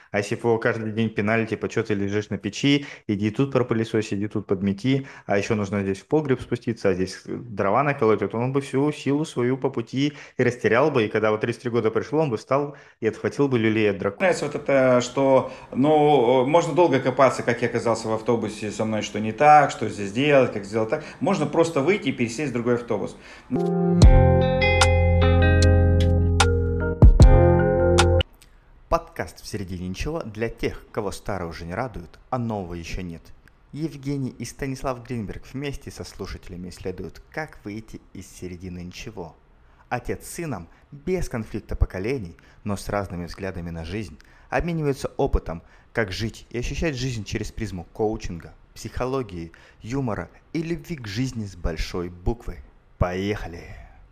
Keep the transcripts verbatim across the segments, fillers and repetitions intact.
А если бы его каждый день пинали, типа, что ты лежишь на печи, иди тут пропылесось, иди тут подмети, а еще нужно здесь в погреб спуститься, а здесь дрова наколоть, то он бы всю силу свою по пути и растерял бы, и когда вот тридцать три года пришло, он бы встал и отхватил бы люлей от дракона. Нравится вот это, что, ну, можно долго копаться, как я оказался в автобусе, со мной что не так, что здесь делать, как сделать так. Можно просто выйти и пересесть в другой автобус. Подкаст «В середине ничего» для тех, кого старое уже не радует, а нового еще нет. Евгений и Станислав Гринберг вместе со слушателями исследуют, как выйти из середины ничего. Отец с сыном, без конфликта поколений, но с разными взглядами на жизнь, обмениваются опытом, как жить и ощущать жизнь через призму коучинга, психологии, юмора и любви к жизни с большой буквы. Поехали!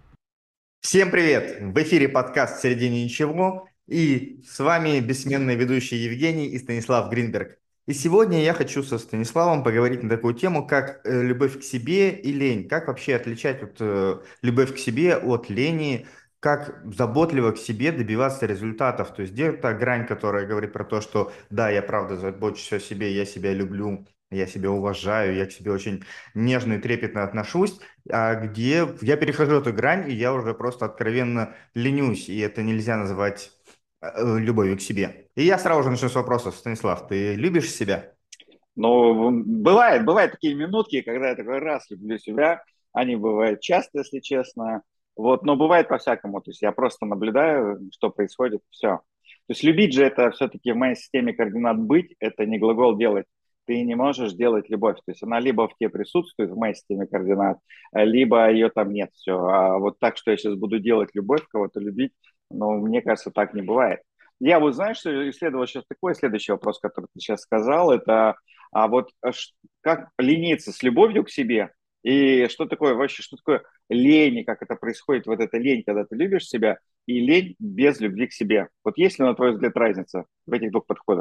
Всем привет! В эфире подкаст «В середине ничего» и с вами бессменные ведущие Евгений и Станислав Гринберг. И сегодня я хочу со Станиславом поговорить на такую тему, как э, любовь к себе и лень. Как вообще отличать вот, э, любовь к себе от лени, как заботливо к себе добиваться результатов. То есть где та грань, которая говорит про то, что да, я правда забочусь о себе, я себя люблю, я себя уважаю, я к себе очень нежно и трепетно отношусь, а где я перехожу эту грань, и я уже просто откровенно ленюсь, и это нельзя называть э, любовью к себе. И я сразу же начну с вопросов. Станислав, ты любишь себя? Но бывает, бывают такие минутки, когда я такой раз люблю себя. Они бывают часто, если честно. Вот, но бывает по-всякому. То есть я просто наблюдаю, что происходит, все. То есть любить же это все-таки в моей системе координат быть, это не глагол делать. Ты не можешь делать любовь. То есть она либо в тебе присутствует, в моей системе координат, либо ее там нет. Все. А вот так, что я сейчас буду делать любовь, кого-то любить, ну, мне кажется, так не бывает. Я вот, знаешь, что исследовал сейчас такой следующий вопрос, который ты сейчас сказал, это а вот а ш- как лениться с любовью к себе, и что такое вообще, что такое лень, и как это происходит, вот эта лень, когда ты любишь себя, и лень без любви к себе. Вот есть ли, на твой взгляд, разница в этих двух подходах?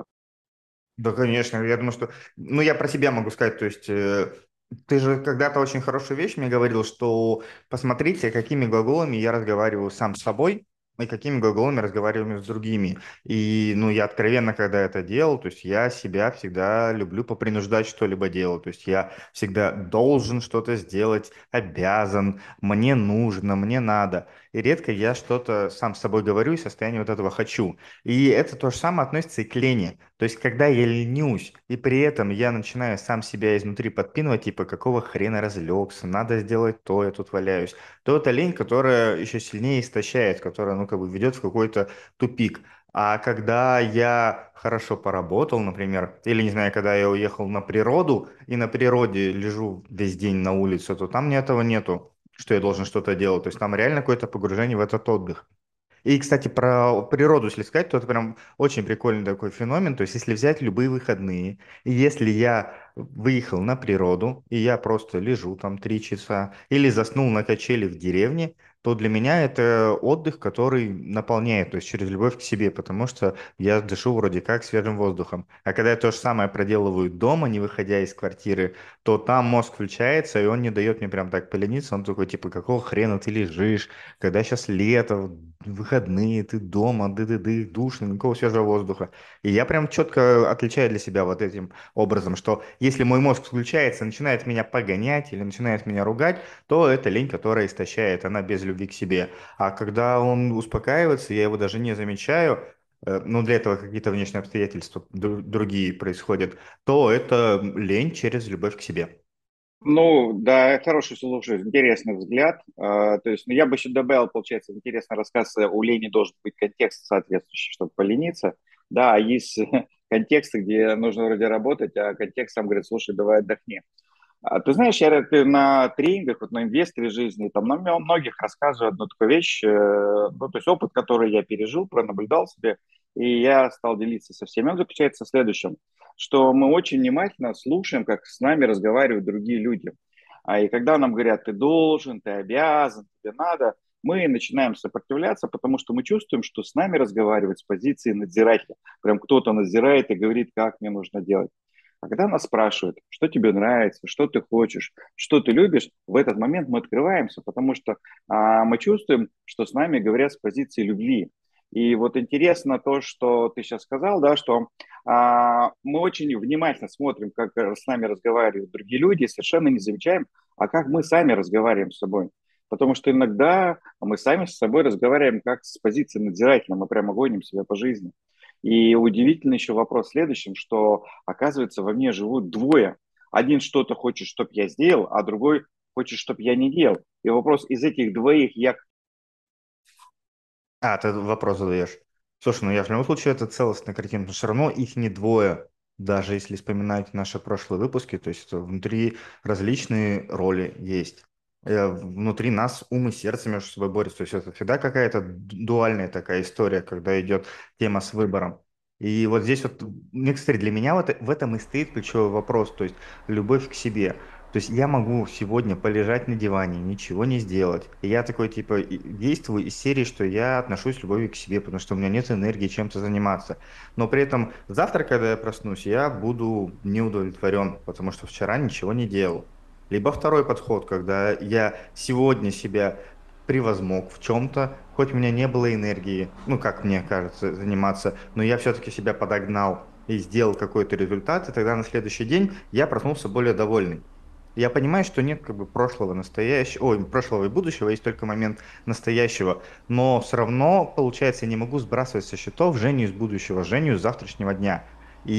Да, конечно. Я думаю, что... Ну, я про себя могу сказать. То есть, э, ты же когда-то очень хорошую вещь мне говорил, что посмотрите, какими глаголами я разговариваю сам с собой и какими глаголами разговариваю с другими. И, ну, я откровенно, когда это делал, то есть я себя всегда люблю попринуждать что-либо делать. То есть я всегда должен что-то сделать, обязан, мне нужно, мне надо. И редко я что-то сам с собой говорю и состояние вот этого хочу. И это то же самое относится и к лени. То есть, когда я ленюсь, и при этом я начинаю сам себя изнутри подпинывать, типа, какого хрена разлегся, надо сделать то, я тут валяюсь, то это лень, которая еще сильнее истощает, которая, ну, как бы ведет в какой-то тупик. А когда я хорошо поработал, например, или, не знаю, когда я уехал на природу, и на природе лежу весь день на улице, то там мне этого нету, что я должен что-то делать. То есть там реально какое-то погружение в этот отдых. И, кстати, про природу, если сказать, то это прям очень прикольный такой феномен. То есть, если взять любые выходные, и если я выехал на природу, и я просто лежу там три часа, или заснул на качели в деревне, то для меня это отдых, который наполняет, то есть через любовь к себе, потому что я дышу вроде как свежим воздухом. А когда я то же самое проделываю дома, не выходя из квартиры, то там мозг включается, и он не дает мне прям так полениться. Он такой, типа, какого хрена ты лежишь, когда сейчас лето, выходные, ты дома, ды-ды-ды, душно, никакого свежего воздуха. И я прям четко отличаю для себя вот этим образом, что если мой мозг включается, начинает меня погонять или начинает меня ругать, то это лень, которая истощает, она без любви к себе. А когда он успокаивается, я его даже не замечаю, э, но для этого какие-то внешние обстоятельства дру- другие происходят, то это лень через любовь к себе. Ну, да, хороший, слушай, интересный взгляд. А, то есть, ну, я бы еще добавил, получается, интересный рассказ. э, У Лени должен быть контекст соответствующий, чтобы полениться. Да, а есть контексты, где нужно вроде работать, а контекст сам говорит, слушай, давай отдохни. А ты знаешь, я ты на тренингах, вот на инвесторе жизни, там на м- многих рассказываю одну такую вещь, э, ну, то есть опыт, который я пережил, пронаблюдал себе, и я стал делиться со всеми. Он заключается в следующем, что мы очень внимательно слушаем, как с нами разговаривают другие люди. А и когда нам говорят, ты должен, ты обязан, тебе надо, мы начинаем сопротивляться, потому что мы чувствуем, что с нами разговаривают с позиции надзирателя. Прям кто-то надзирает и говорит, как мне нужно делать. А когда нас спрашивают, что тебе нравится, что ты хочешь, что ты любишь, в этот момент мы открываемся, потому что а, мы чувствуем, что с нами говорят с позиции любви. И вот интересно то, что ты сейчас сказал, да, что а, мы очень внимательно смотрим, как э, с нами разговаривают другие люди, и совершенно не замечаем, а как мы сами разговариваем с собой. Потому что иногда мы сами с собой разговариваем как с позиции надзирателя, мы прямо гоним себя по жизни. И удивительный еще вопрос в следующем, что, оказывается, во мне живут двое. Один что-то хочет, чтобы я сделал, а другой хочет, чтобы я не делал. И вопрос, из этих двоих я... А, ты вопрос задаешь. Слушай, ну я в любом случае это целостная картина, но все равно их не двое, даже если вспоминать наши прошлые выпуски, то есть это внутри различные роли есть. Э, Внутри нас ум и сердце между собой борются, то есть это всегда какая-то ду- дуальная такая история, когда идет тема с выбором. И вот здесь вот, мне, кстати, для меня вот в этом и стоит ключевой вопрос, то есть любовь к себе. То есть я могу сегодня полежать на диване, ничего не сделать. И я такой, типа, и- действую из серии, что я отношусь с любовью к себе, потому что у меня нет энергии чем-то заниматься. Но при этом завтра, когда я проснусь, я буду не удовлетворен, потому что вчера ничего не делал. Либо второй подход, когда я сегодня себя превозмог в чем-то, хоть у меня не было энергии, ну, как мне кажется, заниматься, но я все-таки себя подогнал и сделал какой-то результат, и тогда на следующий день я проснулся более довольный. Я понимаю, что нет как бы прошлого, настоящего, ой, прошлого и будущего, есть только момент настоящего, но все равно, получается, я не могу сбрасывать со счетов Женю из будущего, Женю из завтрашнего дня.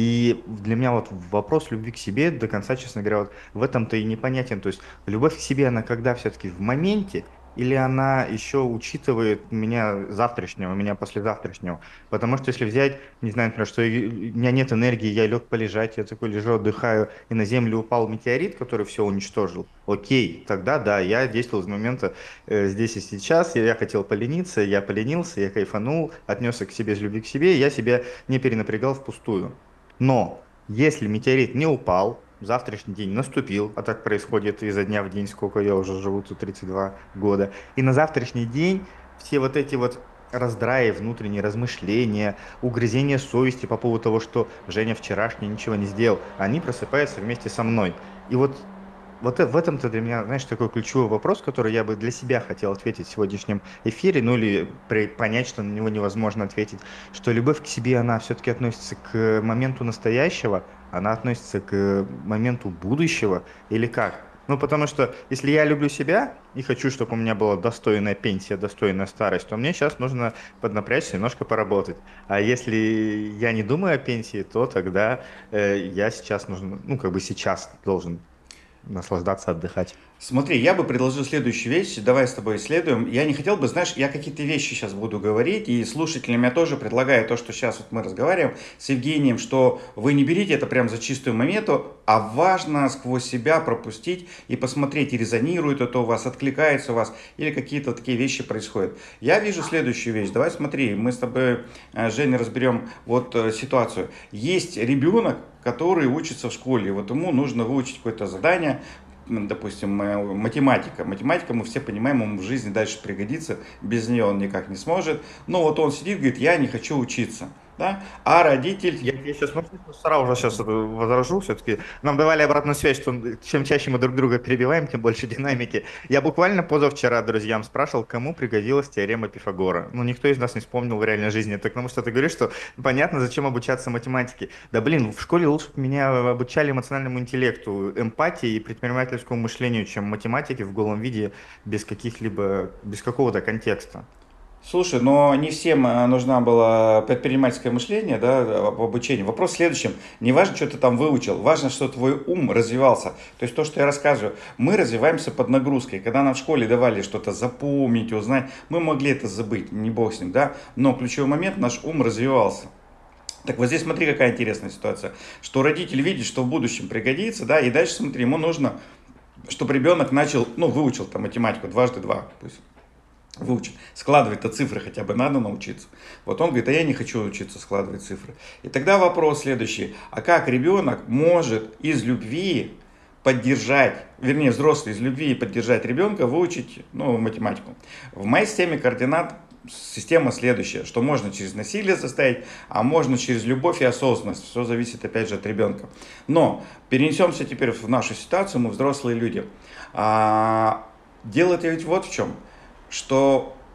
И для меня вот вопрос любви к себе до конца, честно говоря, вот в этом-то и непонятен. То есть любовь к себе, она когда все-таки в моменте, или она еще учитывает меня завтрашнего, меня послезавтрашнего? Потому что если взять, не знаю, например, что и- у меня нет энергии, я лег полежать, я такой лежу, отдыхаю, и на Землю упал метеорит, который все уничтожил, окей, тогда да, я действовал с момента э, здесь и сейчас, я, я хотел полениться, я поленился, я кайфанул, отнесся к себе с любви к себе, я себя не перенапрягал впустую. Но если метеорит не упал, завтрашний день наступил, а так происходит изо дня в день, сколько я уже живу, тут тридцать два года, и на завтрашний день все вот эти вот раздраи, внутренние размышления, угрызения совести по поводу того, что Женя вчерашний ничего не сделал, они просыпаются вместе со мной. И вот, вот э- в этом-то для меня, знаешь, такой ключевой вопрос, который я бы для себя хотел ответить в сегодняшнем эфире, ну или при- понять, что на него невозможно ответить, что любовь к себе, она все-таки относится к моменту настоящего, она относится к моменту будущего или как? Ну, потому что если я люблю себя и хочу, чтобы у меня была достойная пенсия, достойная старость, то мне сейчас нужно поднапрячься, немножко поработать. А если я не думаю о пенсии, то тогда э, я сейчас нужен, ну, как бы сейчас должен наслаждаться, отдыхать. Смотри, я бы предложил следующую вещь. Давай с тобой исследуем. Я не хотел бы, знаешь, я какие-то вещи сейчас буду говорить, и слушателям я тоже предлагаю то, что сейчас вот мы разговариваем с Евгением, что вы не берите это прям за чистую монету, а важно сквозь себя пропустить и посмотреть, и резонирует это у вас, откликается у вас, или какие-то такие вещи происходят. Я вижу следующую вещь. Давай смотри, мы с тобой, э, Женя, разберем вот э, ситуацию. Есть ребенок, который учится в школе, вот ему нужно выучить какое-то задание, допустим, э, математика. Математика, мы все понимаем, ему в жизни дальше пригодится, без нее он никак не сможет. Но вот он сидит, говорит, я не хочу учиться. Да? А родитель... Я тебе сейчас, может, сразу же сейчас возражу, все-таки нам давали обратную связь, что чем чаще мы друг друга перебиваем, тем больше динамики. Я буквально позавчера друзьям спрашивал, кому пригодилась теорема Пифагора. Ну, никто из нас не вспомнил в реальной жизни. Так потому что ты говоришь, что понятно, зачем обучаться математике. Да блин, в школе лучше бы меня обучали эмоциональному интеллекту, эмпатии и предпринимательскому мышлению, чем математике в голом виде без каких-либо, без какого-то контекста. Слушай, но не всем э, нужна была предпринимательское мышление, да, об- обучение. Вопрос в следующем. Не важно, что ты там выучил, важно, что твой ум развивался. То есть то, что я рассказываю, мы развиваемся под нагрузкой. Когда нам в школе давали что-то запомнить, узнать, мы могли это забыть, не бог с ним, да. Но ключевой момент, наш ум развивался. Так вот здесь смотри, какая интересная ситуация, что родитель видит, что в будущем пригодится, да, и дальше смотри, ему нужно, чтобы ребенок начал, ну, выучил там математику, дважды два, пусть выучит. Складывать-то цифры хотя бы надо научиться. Вот он говорит, а я не хочу учиться складывать цифры. И тогда вопрос следующий, а как ребенок может из любви поддержать, вернее, взрослый из любви поддержать ребенка, выучить, ну, математику. В моей системе координат система следующая, что можно через насилие заставить, а можно через любовь и осознанность. Все зависит, опять же, от ребенка. Но перенесемся теперь в нашу ситуацию, мы взрослые люди. А, дело-то ведь вот в чем, что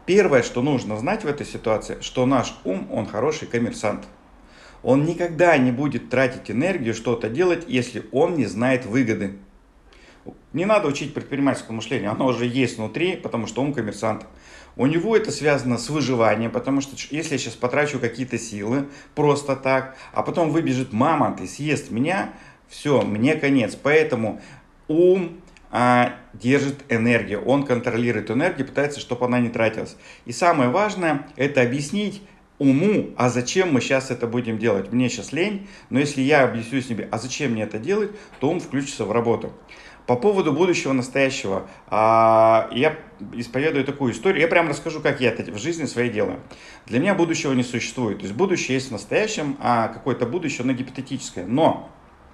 Первое, что нужно знать в этой ситуации, что наш ум, он хороший коммерсант. Он никогда не будет тратить энергию что-то делать, если он не знает выгоды. Не надо учить предпринимательскому мышлению, оно уже есть внутри, потому что он коммерсант. У него это связано с выживанием, потому что если я сейчас потрачу какие-то силы просто так, а потом выбежит мамонт и съест меня, все, мне конец. Поэтому ум а, держит энергию, он контролирует энергию, пытается, чтобы она не тратилась. И самое важное, это объяснить уму, а зачем мы сейчас это будем делать. Мне сейчас лень, но если я объясню себе, а зачем мне это делать, то ум включится в работу. По поводу будущего, настоящего, а, я исповедую такую историю. Я прям расскажу, как я это в жизни своей делаю. Для меня будущего не существует. То есть будущее есть в настоящем, а какое-то будущее, оно гипотетическое. Но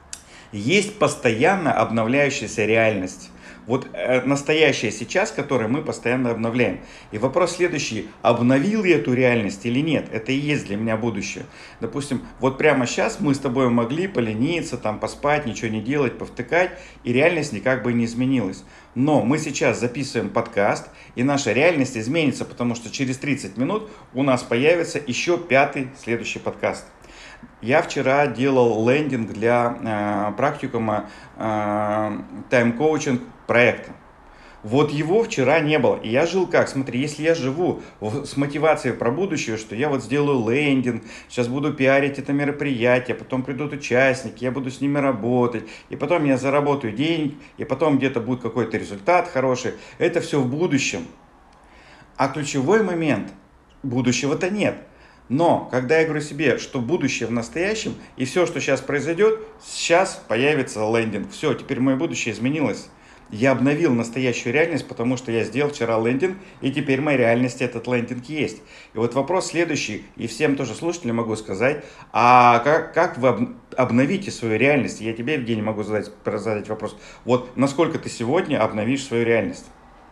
есть постоянно обновляющаяся реальность. Вот э, настоящее сейчас, которое мы постоянно обновляем. И вопрос следующий, обновил я эту реальность или нет? Это и есть для меня будущее. Допустим, вот прямо сейчас мы с тобой могли полениться, там, поспать, ничего не делать, повтыкать, и реальность никак бы не изменилась. Но мы сейчас записываем подкаст, и наша реальность изменится, потому что через тридцать минут у нас появится еще пятый следующий подкаст. Я вчера делал лендинг для э, практикума э, тайм-коучинг проекта. Вот его вчера не было. И я жил как? Смотри, если я живу в, с мотивацией про будущее, что я вот сделаю лендинг, сейчас буду пиарить это мероприятие, потом придут участники, я буду с ними работать, и потом я заработаю денег, и потом где-то будет какой-то результат хороший. Это все в будущем. А ключевой момент, будущего-то нет. Но, когда я говорю себе, что будущее в настоящем, и все, что сейчас произойдет, сейчас появится лендинг. Все, теперь мое будущее изменилось. Я обновил настоящую реальность, потому что я сделал вчера лендинг, и теперь в моей реальности этот лендинг есть. И вот вопрос следующий, и всем тоже слушателям могу сказать, а как, как вы обновите свою реальность? Я тебе, Евгений, могу задать, задать вопрос. Вот насколько ты сегодня обновишь свою реальность?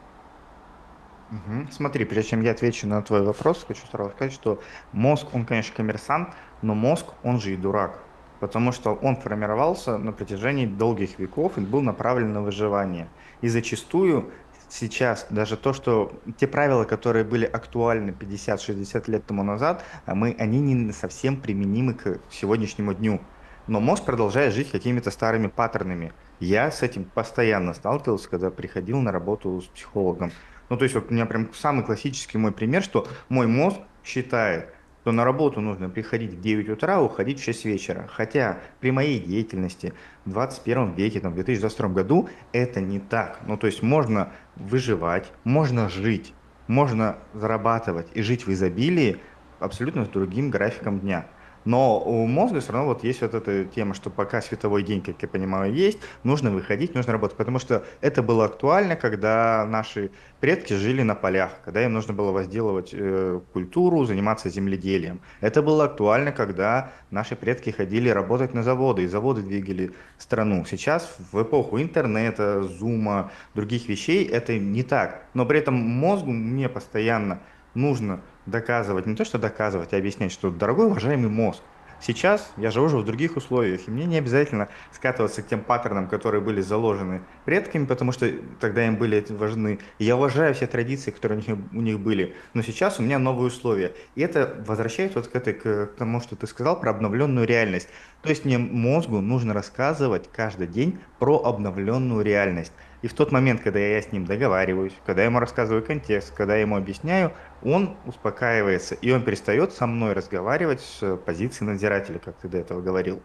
Мгм. Смотри, прежде чем я отвечу на твой вопрос, хочу сразу сказать, что мозг, он, конечно, коммерсант, но мозг, он же и дурак, потому что он формировался на протяжении долгих веков и был направлен на выживание. И зачастую сейчас даже то, что те правила, которые были актуальны пятьдесят-шестьдесят лет тому назад, а мы, они не совсем применимы к сегодняшнему дню. Но мозг продолжает жить какими-то старыми паттернами. Я с этим постоянно сталкивался, когда приходил на работу с психологом. Ну, то есть вот у меня прям самый классический мой пример, что мой мозг считает, что на работу нужно приходить в девять утра, а уходить в шесть вечера. Хотя при моей деятельности в двадцать первом веке, там, в две тысячи двадцать втором году это не так. Ну, то есть можно выживать, можно жить, можно зарабатывать и жить в изобилии абсолютно с другим графиком дня. Но у мозга все равно вот есть вот эта тема, что пока световой день, как я понимаю, есть, нужно выходить, нужно работать, потому что это было актуально, когда наши предки жили на полях, когда им нужно было возделывать э, культуру, заниматься земледелием. Это было актуально, когда наши предки ходили работать на заводы, и заводы двигали страну. Сейчас, в эпоху интернета, зума, других вещей, это не так. Но при этом мозгу мне постоянно нужно доказывать, не то что доказывать, а объяснять, что, дорогой уважаемый мозг, сейчас я живу уже в других условиях, и мне не обязательно скатываться к тем паттернам, которые были заложены предками, потому что тогда им были важны. И я уважаю все традиции, которые у них, у них были, но сейчас у меня новые условия. И это возвращает вот к, этой, к тому, что ты сказал про обновленную реальность. То есть мне мозгу нужно рассказывать каждый день про обновленную реальность. И в тот момент, когда я с ним договариваюсь, когда я ему рассказываю контекст, когда я ему объясняю, он успокаивается, и он перестает со мной разговаривать с позиции надзирателя, как ты до этого говорил.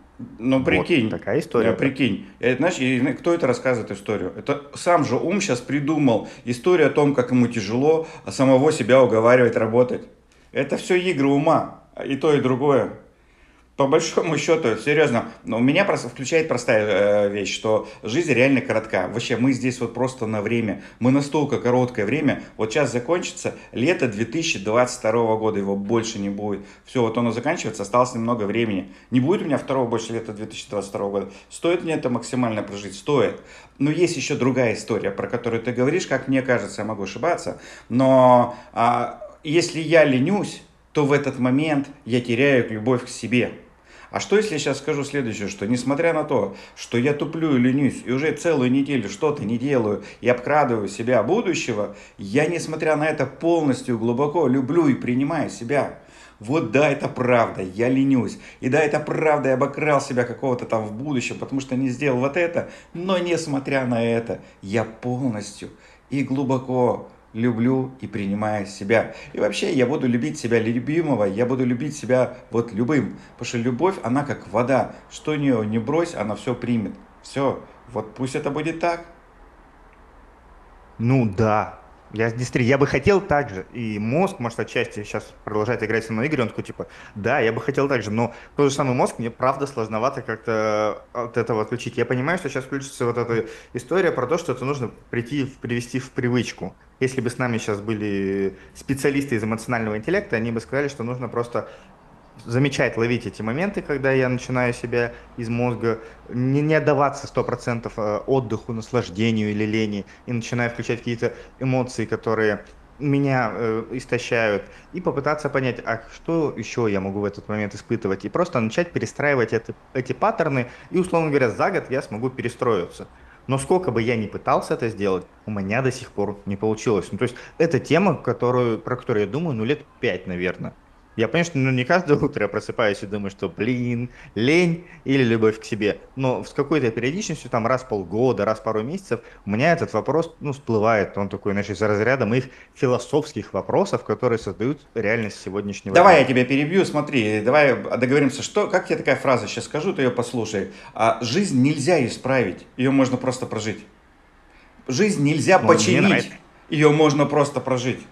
Ну, Вот прикинь, такая э, история. прикинь, это, знаешь, и кто это рассказывает историю? Это сам же ум сейчас придумал историю о том, как ему тяжело, а самого себя уговаривать работать. Это все игры ума, и то, и другое. По большому счету, серьезно, но у меня просто включает простая э, вещь, что жизнь реально коротка. Вообще, мы здесь вот просто на время. Мы настолько короткое время. Вот сейчас закончится лето две тысячи двадцать второго года, его больше не будет. Все, вот оно заканчивается, осталось немного времени. Не будет у меня второго больше лета две тысячи двадцать второго года. Стоит мне это максимально прожить? Стоит. Но есть еще другая история, про которую ты говоришь, как мне кажется, я могу ошибаться. Но а, если я ленюсь, то в этот момент я теряю любовь к себе. А что если я сейчас скажу следующее, что несмотря на то, что я туплю и ленюсь, и уже целую неделю что-то не делаю и обкрадываю себя будущего, я, несмотря на это, полностью глубоко люблю и принимаю себя. Вот да, это правда, я ленюсь. И да, это правда, я обокрал себя какого-то там в будущем, потому что не сделал вот это. Но несмотря на это, я полностью и глубоко люблю и принимаю себя. И вообще я буду любить себя любимого, я буду любить себя вот любым. Потому что любовь, она как вода. Что у нее не брось, она все примет. Все, вот пусть это будет так. Ну да, я действительно, я бы хотел так же, и мозг, может, отчасти сейчас продолжает играть со мной игры, он такой, типа, да, я бы хотел так же, но тот же самый мозг, мне правда сложновато как-то от этого отключить. Я понимаю, что сейчас включится вот эта история про то, что это нужно прийти, в- привести в привычку. Если бы с нами сейчас были специалисты из эмоционального интеллекта, они бы сказали, что нужно просто замечать, ловить эти моменты, когда я начинаю себя из мозга, не, не отдаваться сто процентов э, отдыху, наслаждению или лени, и начинаю включать какие-то эмоции, которые меня э, истощают, и попытаться понять, а что еще я могу в этот момент испытывать, и просто начать перестраивать это, эти паттерны, и, условно говоря, за год я смогу перестроиться. Но сколько бы я ни пытался это сделать, у меня до сих пор не получилось. Ну, то есть это тема, которую, про которую я думаю, ну, лет пять, наверное. Я, конечно, ну, не каждое утро я просыпаюсь и думаю, что, блин, лень или любовь к себе. Но с какой-то периодичностью, там, раз в полгода, раз в пару месяцев, у меня этот вопрос, ну, всплывает. Он такой, значит, за разрядом моих философских вопросов, которые создают реальность сегодняшнего Давай я дня. тебя перебью, смотри, давай договоримся, что, как тебе такая фраза сейчас скажу, ты ее послушай. А, жизнь нельзя исправить, ее можно просто прожить. Жизнь нельзя Ну, мне починить, нравится. ее можно просто прожить.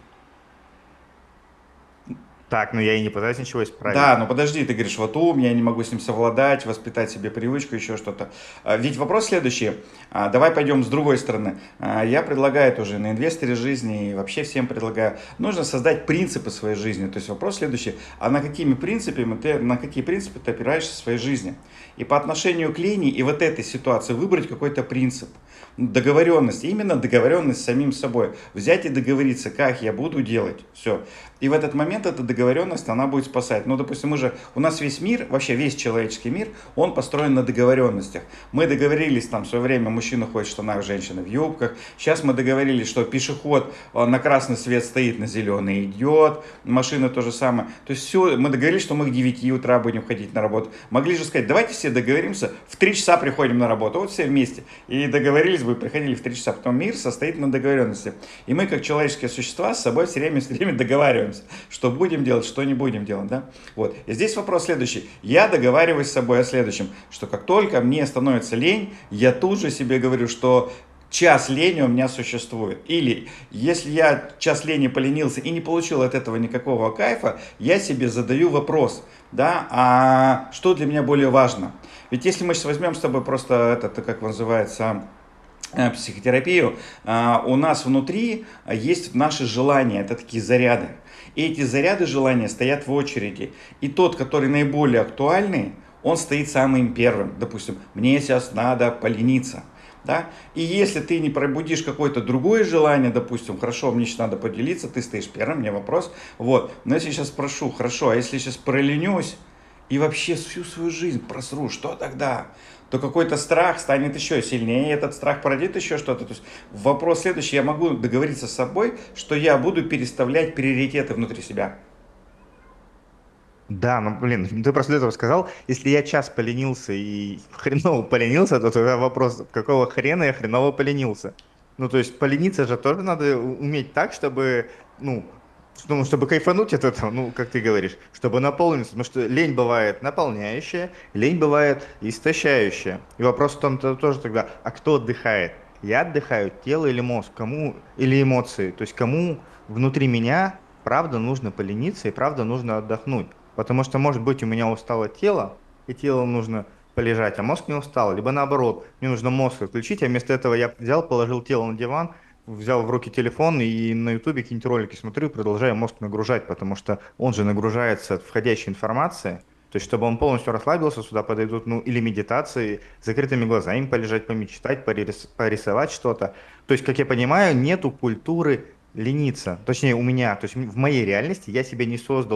Так, ну я и не пытаюсь ничего Да, исправить. но подожди, ты говоришь, вот ум, я не могу с ним совладать, воспитать себе привычку, еще что-то. А, Ведь вопрос следующий. А, Давай пойдем с другой стороны. А, Я предлагаю тоже на инвесторе жизни и вообще всем предлагаю. Нужно создать принципы своей жизни. То есть вопрос следующий. А на какими принципами ты, на какие принципы ты опираешься в своей жизни? И по отношению к лени и вот этой ситуации выбрать какой-то принцип. Договоренность, именно договоренность с самим собой. Взять и договориться, как я буду делать. Все. И в этот момент эта договоренность, она будет спасать. Ну, допустим, мы же, у нас весь мир, вообще весь человеческий мир, он построен на договоренностях. Мы договорились, там, в свое время мужчина ходит в штанах, женщина в юбках. Сейчас мы договорились, что пешеход э, на красный свет стоит, на зеленый идет. Машина то же самое. То есть все, мы договорились, что мы к девяти утра будем ходить на работу. Могли же сказать, давайте все договоримся, в три часа приходим на работу. Вот все вместе. И договорились бы, приходили в три часа. Потом мир состоит на договоренности. И мы, как человеческие существа, с собой все время, все время договариваемся, что будем делать, что не будем делать, да? Вот. И здесь вопрос следующий. Я договариваюсь с собой о следующем, что как только мне становится лень, я тут же себе говорю, что час лени у меня существует. Или если я час лени поленился и не получил от этого никакого кайфа, я себе задаю вопрос, да, а что для меня более важно? Ведь если мы сейчас возьмем с тобой просто это, как называется, э, психотерапию, а, у нас внутри есть наши желания, это такие заряды. И эти заряды желания стоят в очереди. И тот, который наиболее актуальный, он стоит самым первым. Допустим, мне сейчас надо полениться. Да? И если ты не пробудишь какое-то другое желание, допустим, хорошо, мне сейчас надо поделиться, ты стоишь первым, мне вопрос. Вот. Но если я сейчас спрошу, хорошо, а если я сейчас проленюсь и вообще всю свою жизнь просру, что тогда? То какой-то страх станет еще сильнее, и этот страх породит еще что-то. То есть вопрос следующий, я могу договориться с собой, что я буду переставлять приоритеты внутри себя. Да, ну блин, ты просто до этого сказал, если я час поленился и хреново поленился, то тогда вопрос, какого хрена я хреново поленился? Ну, то есть полениться же тоже надо у- уметь так, чтобы, ну, ну, чтобы кайфануть от этого, ну, как ты говоришь, чтобы наполниться, потому что лень бывает наполняющая, лень бывает истощающая. И вопрос в том то- тоже тогда, а кто отдыхает? Я отдыхаю, тело или мозг, кому, или эмоции, то есть кому внутри меня правда нужно полениться и правда нужно отдохнуть. Потому что, может быть, у меня устало тело, и телу нужно полежать, а мозг не устал. Либо наоборот, мне нужно мозг отключить, а вместо этого я взял, положил тело на диван, взял в руки телефон и на ютубе какие-нибудь ролики смотрю, и продолжаю мозг нагружать, потому что он же нагружается от входящей информации. То есть, чтобы он полностью расслабился, сюда подойдут, ну, или медитации, с закрытыми глазами полежать, помечтать, порис- порисовать что-то. То есть, как я понимаю, нету культуры лениться. Точнее, у меня, то есть в моей реальности я себе не создал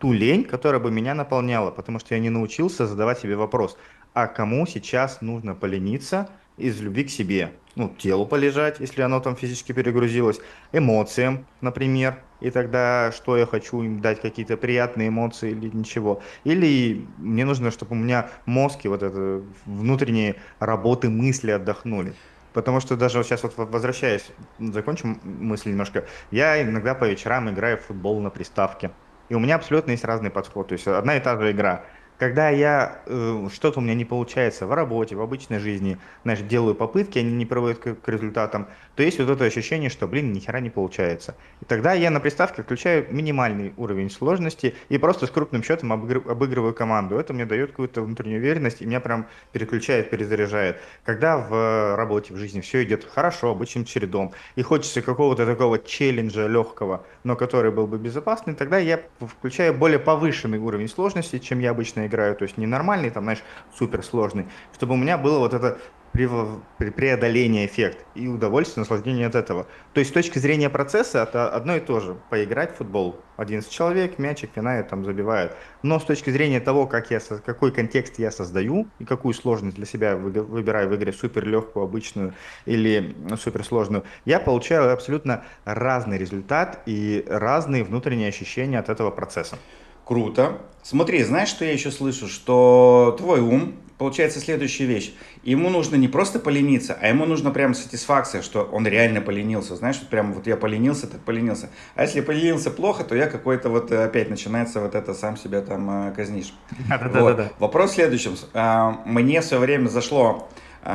ту лень, которая бы меня наполняла, потому что я не научился задавать себе вопрос, а кому сейчас нужно полениться из любви к себе? Ну, телу полежать, если оно там физически перегрузилось, эмоциям, например, и тогда что я хочу им дать, какие-то приятные эмоции или ничего. Или мне нужно, чтобы у меня мозг и вот это внутренние работы мысли отдохнули. Потому что даже вот сейчас вот возвращаясь, закончим мысль немножко, я иногда по вечерам играю в футбол на приставке. И у меня абсолютно есть разный подход. То есть одна и та же игра. Когда я э, что-то у меня не получается в работе, в обычной жизни, знаешь, делаю попытки, они не приводят к, к результатам, то есть вот это ощущение, что, блин, ни хера не получается. И тогда я на приставке включаю минимальный уровень сложности и просто с крупным счетом обыгры- обыгрываю команду. Это мне дает какую-то внутреннюю уверенность и меня прям переключает, перезаряжает. Когда в работе, в жизни все идет хорошо, обычным чередом, и хочется какого-то такого челленджа легкого, но который был бы безопасный, тогда я включаю более повышенный уровень сложности, чем я обычно играю, то есть не нормальный, там, знаешь, суперсложный, чтобы у меня было вот это прево- пре- преодоление эффект и удовольствие, наслаждение от этого. То есть с точки зрения процесса это одно и то же. Поиграть в футбол. одиннадцать человек, мячик пинает, там забивают. Но с точки зрения того, как я, со- какой контекст я создаю и какую сложность для себя выга- выбираю в игре, супер легкую, обычную или суперсложную, я получаю абсолютно разный результат и разные внутренние ощущения от этого процесса. Круто. Смотри, знаешь, что я еще слышу? Что твой ум, получается следующая вещь. Ему нужно не просто полениться, а ему нужно прям сатисфакция, что он реально поленился. Знаешь, вот прям вот я поленился, так поленился. А если поленился плохо, то я какой-то вот э, опять начинается вот это сам себя там э, казнишь. Вот. Да-да-да-да. Вопрос в следующем. А, Мне в свое время зашло,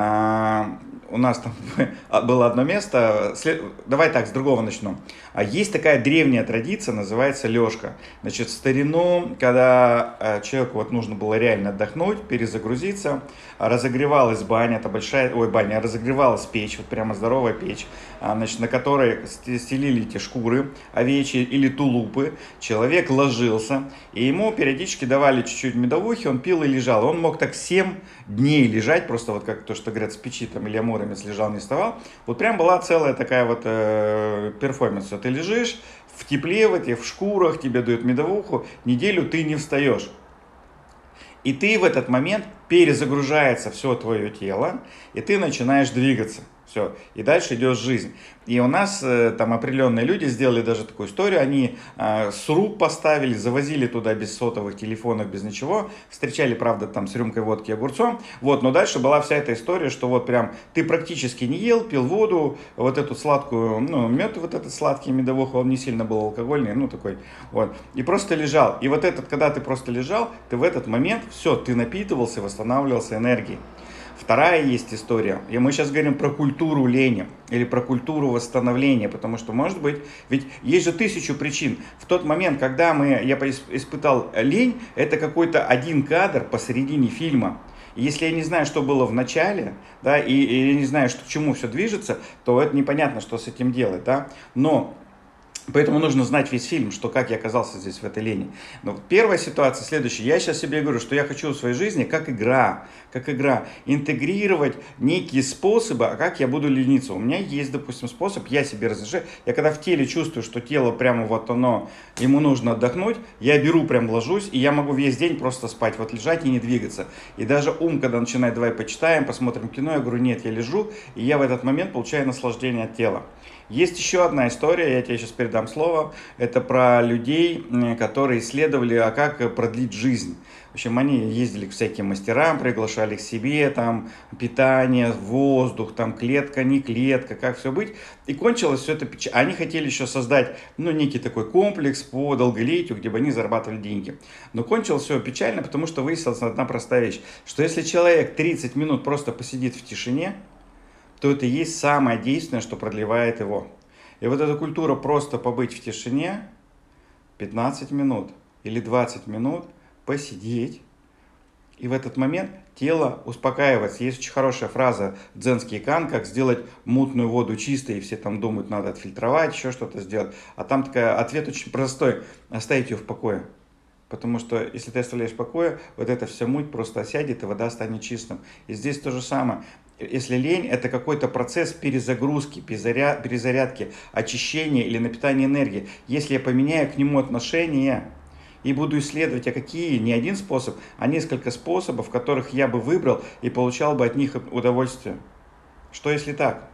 а, у нас там было одно место, след- давай так, с другого начну. А Есть такая древняя традиция, называется лёжка. Значит, в старину, когда э, человеку вот нужно было реально отдохнуть, перезагрузиться, а разогревалась баня, это большая, ой, баня, разогревалась печь, вот прямо здоровая печь, а, значит, на которой сте- стелили эти шкуры овечьи или тулупы, человек ложился, и ему периодически давали чуть-чуть медовухи, он пил и лежал. Он мог так семь дней лежать, просто вот как то, что говорят, с печи там или амуромец лежал, не вставал. Вот прям была целая такая вот э, перформанс. Ты лежишь в тепле, в этих в шкурах, тебе дают медовуху, неделю ты не встаешь. И ты в этот момент перезагружается все твое тело, и ты начинаешь двигаться. Все, и дальше идет жизнь. И у нас э, там определенные люди сделали даже такую историю, они э, сруб поставили, завозили туда без сотовых телефонов, без ничего, встречали, правда, там с рюмкой водки и огурцом, вот, но дальше была вся эта история, что вот прям ты практически не ел, пил воду, вот эту сладкую, ну, мед вот этот сладкий медовуха, он не сильно был алкогольный, ну, такой, вот, и просто лежал. И вот этот, когда ты просто лежал, ты в этот момент, все, ты напитывался, восстанавливался энергией. Вторая есть история, и мы сейчас говорим про культуру лени или про культуру восстановления, потому что, может быть, ведь есть же тысячу причин. В тот момент, когда мы, я испытал лень, это какой-то один кадр посередине фильма. И если я не знаю, что было в начале, да, и, и я не знаю, что, к чему все движется, то это непонятно, что с этим делать, да. Но Поэтому нужно знать весь фильм, что как я оказался здесь в этой лени. Но вот первая ситуация следующая. Я сейчас себе говорю, что я хочу в своей жизни как игра, как игра, интегрировать некие способы, а как я буду лениться. У меня есть, допустим, способ, я себе разрешаю. Я когда в теле чувствую, что тело прямо вот оно, ему нужно отдохнуть, я беру, прям ложусь, и я могу весь день просто спать, вот лежать и не двигаться. И даже ум, когда начинает, давай почитаем, посмотрим кино, я говорю, нет, я лежу, и я в этот момент получаю наслаждение от тела. Есть еще одна история, я тебе сейчас передам слово. Это про людей, которые исследовали, а как продлить жизнь. В общем, они ездили к всяким мастерам, приглашали к себе, там, питание, воздух, там, клетка, не клетка, как все быть. И кончилось все это печально. Они хотели еще создать, ну, некий такой комплекс по долголетию, где бы они зарабатывали деньги. Но кончилось все печально, потому что выяснилась одна простая вещь, что если человек тридцать минут просто посидит в тишине, то это и есть самое действенное, что продлевает его. И вот эта культура просто побыть в тишине пятнадцать минут или двадцать минут, посидеть, и в этот момент тело успокаивается. Есть очень хорошая фраза дзенский кан, как сделать мутную воду чистой, и все там думают, надо отфильтровать, еще что-то сделать. А там такой ответ очень простой, оставить ее в покое. Потому что если ты оставляешь в покое, вот эта вся муть просто осядет, и вода станет чистым. И здесь то же самое. Если лень, это какой-то процесс перезагрузки, перезарядки, очищения или напитания энергии. Если я поменяю к нему отношение, и буду исследовать, а какие, не один способ, а несколько способов, которых я бы выбрал и получал бы от них удовольствие. Что если так?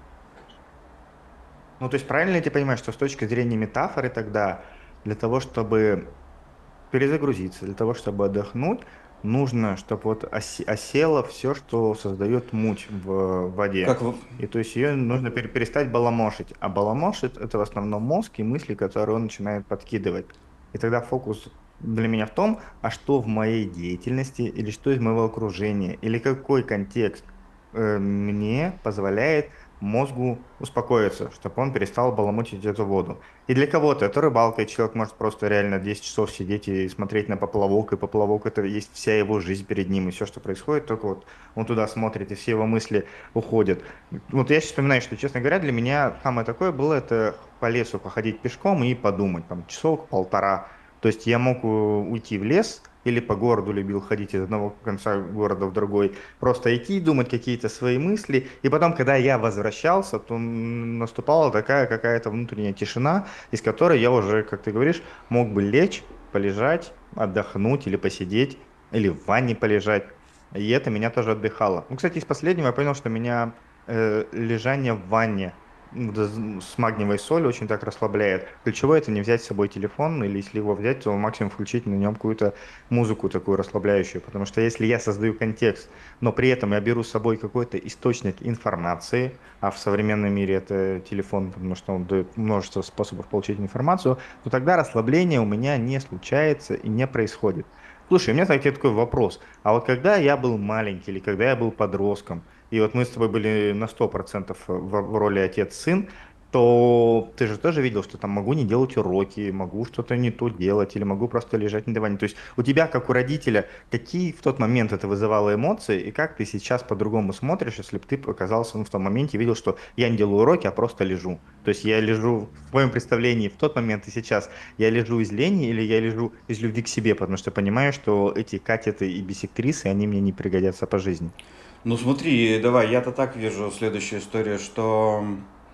Ну, то есть правильно ли ты понимаешь, что с точки зрения метафоры тогда для того, чтобы перезагрузиться, для того, чтобы отдохнуть, нужно, чтобы вот осе- осело все, что создает муть в Как воде. вы... И то есть ее нужно пере- перестать баламошить. А баламошит это в основном мозг и мысли, которые он начинает подкидывать. И тогда фокус для меня в том, а что в моей деятельности, или что из моего окружения, или какой контекст э, мне позволяет мозгу успокоиться, чтобы он перестал баламутить эту воду. И для кого-то это рыбалка, и человек может просто реально десять часов сидеть и смотреть на поплавок, и поплавок это есть вся его жизнь перед ним, и все, что происходит, только вот он туда смотрит, и все его мысли уходят. Вот я сейчас вспоминаю, что, честно говоря, для меня самое такое было, это по лесу походить пешком и подумать, там, часов полтора. То есть я мог э, уйти в лес, или по городу любил ходить из одного конца города в другой, просто идти, думать какие-то свои мысли, и потом, когда я возвращался, то м, наступала такая какая-то внутренняя тишина, из которой я уже, как ты говоришь, мог бы лечь, полежать, отдохнуть или посидеть, или в ванне полежать. И это меня тоже отдыхало. Ну, кстати, из последнего я понял, что меня э, лежание в ванне м, да, з- с магниевой солью очень так расслабляет. Ключевое это не взять с собой телефон, или если его взять, то максимум включить на нем какую-то музыку такую расслабляющую. Потому что если я создаю контекст, но при этом я беру с собой какой-то источник информации, а в современном мире это телефон, потому что он дает множество способов получить информацию, то тогда расслабление у меня не случается и не происходит. Слушай, у меня кстати, такой вопрос. А вот когда я был маленький или когда я был подростком, и вот мы с тобой были на сто процентов в, в роли отец-сын, то ты же тоже видел, что там могу не делать уроки, могу что-то не то делать, или могу просто лежать на диване. То есть у тебя, как у родителя, какие в тот момент это вызывало эмоции, и как ты сейчас по-другому смотришь, если бы ты оказался ну, в том моменте и видел, что я не делаю уроки, а просто лежу. То есть я лежу в твоем представлении в тот момент и сейчас, я лежу из лени или я лежу из любви к себе, потому что понимаю, что эти катеты и бисектрисы, они мне не пригодятся по жизни. Ну смотри, давай, я-то так вижу следующую историю, что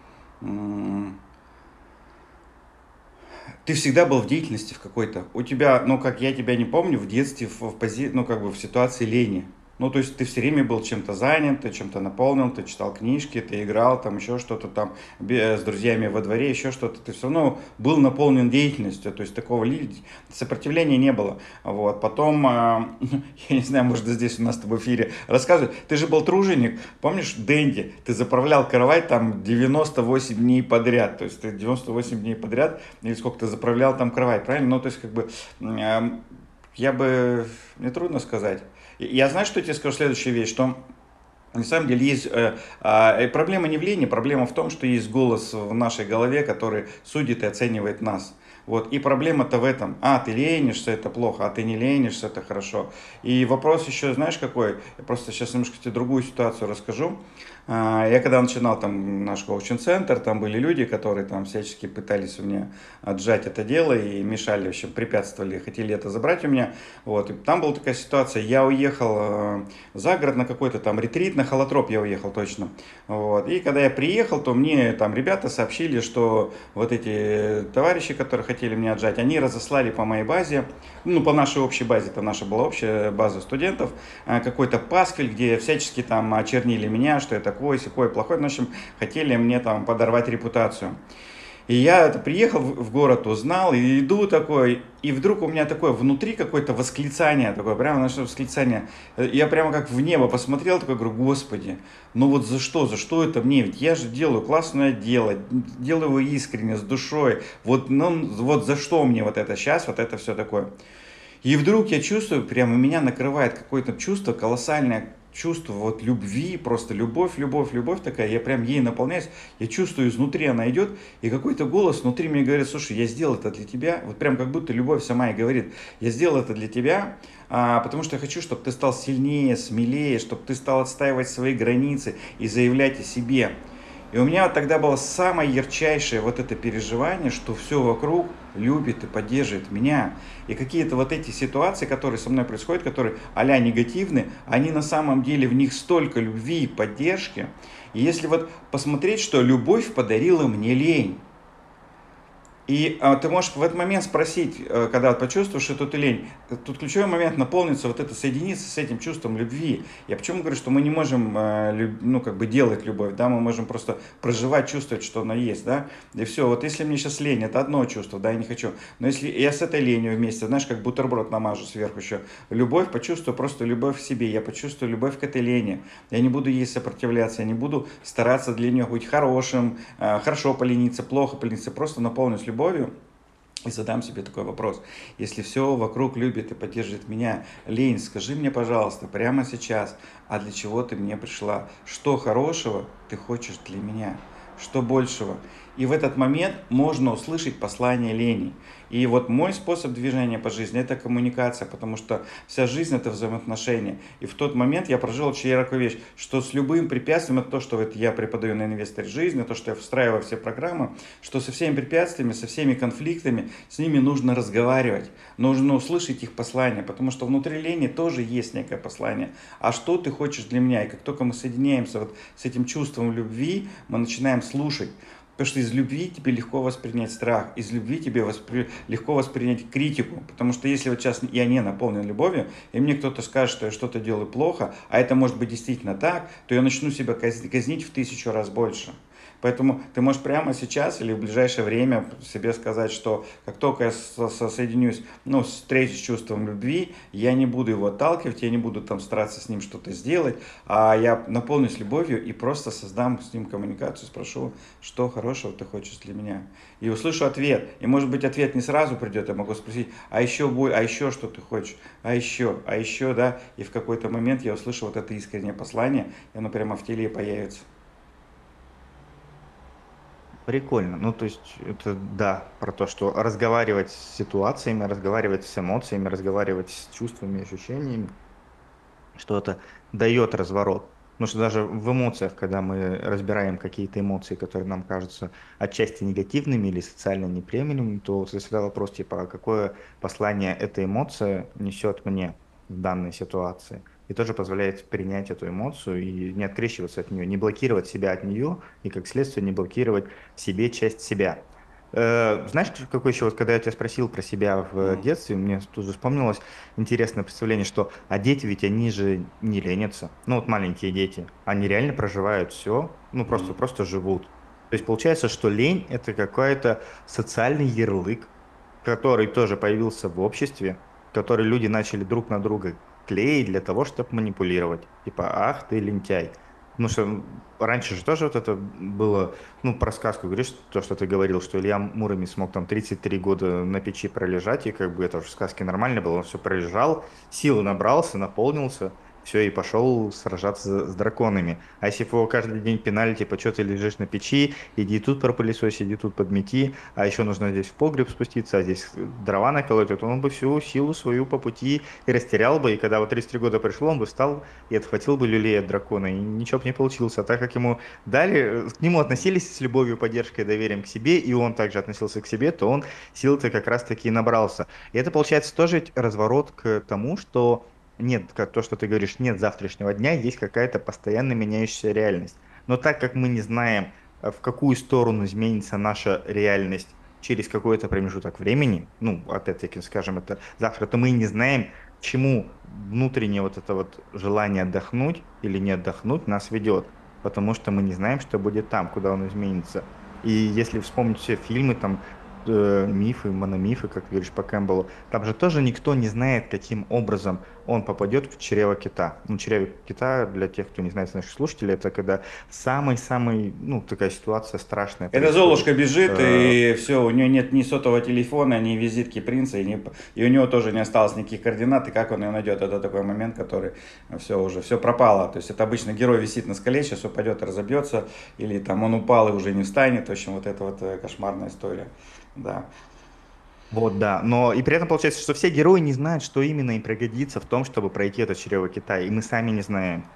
ты всегда был в деятельности в какой-то. У тебя, ну, как я тебя не помню, в детстве в, в пози... ну, как бы в ситуации лени. Ну, то есть ты все время был чем-то занят, ты чем-то наполнен, ты читал книжки, ты играл, там еще что-то там бе- с друзьями во дворе, еще что-то. Ты все равно был наполнен деятельностью, то есть такого ли- сопротивления не было. Вот. Потом, а, я не знаю, может здесь у нас с тобой в эфире рассказывать, ты же был труженик, помнишь, Дэнди, ты заправлял кровать там девяносто восемь дней подряд, то есть ты девяносто восемь дней подряд, или сколько ты заправлял там кровать, правильно? Ну, то есть как бы а, я бы, мне трудно сказать. Я знаю, что я тебе скажу следующую вещь, что на самом деле есть э, э, проблема не в лени, проблема в том, что есть голос в нашей голове, который судит и оценивает нас. Вот. И проблема-то в этом. А, ты ленишься, это плохо, а ты не ленишься, это хорошо. И вопрос еще, знаешь, какой? Я просто сейчас немножко тебе другую ситуацию расскажу. А, Я когда начинал там наш коучинг-центр, там были люди, которые там всячески пытались у меня отжать это дело и мешали, в общем, препятствовали, хотели это забрать у меня. Вот. И там была такая ситуация, я уехал э, за город на какой-то там ретрит, на Холотроп я уехал точно. Вот. И когда я приехал, то мне там ребята сообщили, что вот эти товарищи, которые хотели меня отжать, они разослали по моей базе, ну, по нашей общей базе, это наша была общая база студентов, э, какой-то пасквиль, где всячески там очернили меня, что я такой, сякой, плохой. Ну, в общем, хотели мне там подорвать репутацию. И я это приехал в город, узнал, и иду такой, и вдруг у меня такое внутри какое-то восклицание, такое прямо наше восклицание. Я прямо как в небо посмотрел, такой говорю, Господи, ну вот за что, за что это мне? Ведь я же делаю классное дело, делаю его искренне, с душой. Вот, ну, вот за что мне вот это сейчас, вот это все такое. И вдруг я чувствую, прямо меня накрывает какое-то чувство, колоссальное чувство вот любви, просто любовь, любовь, любовь такая, я прям ей наполняюсь, я чувствую, изнутри она идет, и какой-то голос внутри мне говорит, слушай, я сделал это для тебя, вот прям как будто любовь сама и говорит, я сделал это для тебя, а, потому что я хочу, чтобы ты стал сильнее, смелее, чтобы ты стал отстаивать свои границы и заявлять о себе. И у меня вот тогда было самое ярчайшее вот это переживание, что все вокруг любит и поддерживает меня. И какие-то вот эти ситуации, которые со мной происходят, которые а-ля негативны, они на самом деле, в них столько любви и поддержки. И если вот посмотреть, что любовь подарила мне лень. И а, ты можешь в этот момент спросить, э, когда почувствуешь эту ты лень, э, тут ключевой момент наполниться, вот это соединиться с этим чувством любви. Я почему говорю, что мы не можем, э, люб- ну, как бы делать любовь, да, мы можем просто проживать, чувствовать, что она есть, да, и все. Вот если мне сейчас лень, это одно чувство, да, я не хочу, но если я с этой ленью вместе, знаешь, как бутерброд намажу сверху еще, любовь, почувствую просто любовь к себе, я почувствую любовь к этой лени, я не буду ей сопротивляться, я не буду стараться для нее быть хорошим, э, хорошо полениться, плохо полениться, просто наполнюсь любовью. И задам себе такой вопрос. Если все вокруг любит и поддерживает меня, лень, скажи мне, пожалуйста, прямо сейчас, а для чего ты мне пришла? Что хорошего ты хочешь для меня? Что большего? И в этот момент можно услышать послание лени. И вот мой способ движения по жизни – это коммуникация, потому что вся жизнь – это взаимоотношения. И в тот момент я прожил очень яркую вещь, что с любым препятствием, это то, что вот я преподаю на инвесторе жизни, то, что я встраиваю все программы, что со всеми препятствиями, со всеми конфликтами, с ними нужно разговаривать, нужно услышать их послание, потому что внутри лени тоже есть некое послание. А что ты хочешь для меня? И как только мы соединяемся вот с этим чувством любви, мы начинаем слушать. Потому что из любви тебе легко воспринять страх, из любви тебе воспри... легко воспринять критику. Потому что если вот сейчас я не наполнен любовью, и мне кто-то скажет, что я что-то делаю плохо, а это может быть действительно так, то я начну себя казнить в тысячу раз больше. Поэтому ты можешь прямо сейчас или в ближайшее время себе сказать, что как только я соединюсь, ну, встречусь с чувством любви, я не буду его отталкивать, я не буду там стараться с ним что-то сделать, а я наполнюсь любовью и просто создам с ним коммуникацию, спрошу, что хорошего ты хочешь для меня. И услышу ответ. И может быть ответ не сразу придет, я могу спросить, а еще, а еще что ты хочешь, а еще, а еще, да, и в какой-то момент я услышу вот это искреннее послание, и оно прямо в теле появится. Прикольно. Ну, то есть, это да, про то, что разговаривать с ситуациями, разговаривать с эмоциями, разговаривать с чувствами, ощущениями, что это дает разворот. Потому что даже в эмоциях, когда мы разбираем какие-то эмоции, которые нам кажутся отчасти негативными или социально неприемлемыми, то всегда вопрос, типа, а какое послание эта эмоция несет мне в данной ситуации? И тоже позволяет принять эту эмоцию и не открещиваться от нее, не блокировать себя от нее, и как следствие не блокировать в себе часть себя. Э, Знаешь, какой еще, вот когда я тебя спросил про себя в Мгм. детстве, мне тут же вспомнилось интересное представление, что а дети ведь они же не ленятся. Ну вот маленькие дети, они реально проживают все, ну просто, Мгм. просто живут. То есть получается, что лень это какой-то социальный ярлык, который тоже появился в обществе, который люди начали друг на друга клеить для того, чтобы манипулировать. Типа, ах ты лентяй. Потому что м, раньше же тоже вот это было, ну, про сказку говоришь, то, что ты говорил, что Илья Муромец смог там тридцать три года на печи пролежать, и как бы это уже в сказке нормально было, он все пролежал, силы набрался, наполнился, все, и пошел сражаться с драконами. А если бы его каждый день пинали, типа, что ты лежишь на печи, иди тут пропылесось, иди тут подмети, а еще нужно здесь в погреб спуститься, а здесь дрова наколоть, то он бы всю силу свою по пути и растерял бы, и когда вот тридцать три года пришло, он бы встал и отхватил бы люлей от дракона, и ничего бы не получилось. А так как ему дали, к нему относились с любовью, поддержкой, доверием к себе, и он также относился к себе, то он сил-то как раз-таки и набрался. И это, получается, тоже ведь разворот к тому, что нет, как то, что ты говоришь, нет завтрашнего дня, есть какая-то постоянно меняющаяся реальность. Но так как мы не знаем, э, в какую сторону изменится наша реальность через какой-то промежуток времени, ну, опять-таки, скажем, это завтра, то мы не знаем, к чему внутреннее вот это вот желание отдохнуть или не отдохнуть нас ведет, потому что мы не знаем, что будет там, куда он изменится. И если вспомнить все фильмы, там, э, мифы, мономифы, как ты говоришь по Кэмпбеллу, там же тоже никто не знает, каким образом он попадет в чрево кита. Ну, чрево кита, для тех, кто не знает, наших слушателей, это когда самый-самый, ну, такая ситуация страшная Эта происходит. Золушка бежит, Э, и все, у нее нет ни сотового телефона, ни визитки принца, и, не- и у него тоже не осталось никаких координат, и как он ее найдет, это такой момент, который все уже, все пропало. То есть это обычно герой висит на скале, сейчас упадет и разобьется, или там он упал и уже не встанет, в общем, вот это вот э, кошмарная история. Да. Вот, да. Но и при этом получается, что все герои не знают, что именно им пригодится в том, чтобы пройти это чрево Китая. И мы сами не знаем.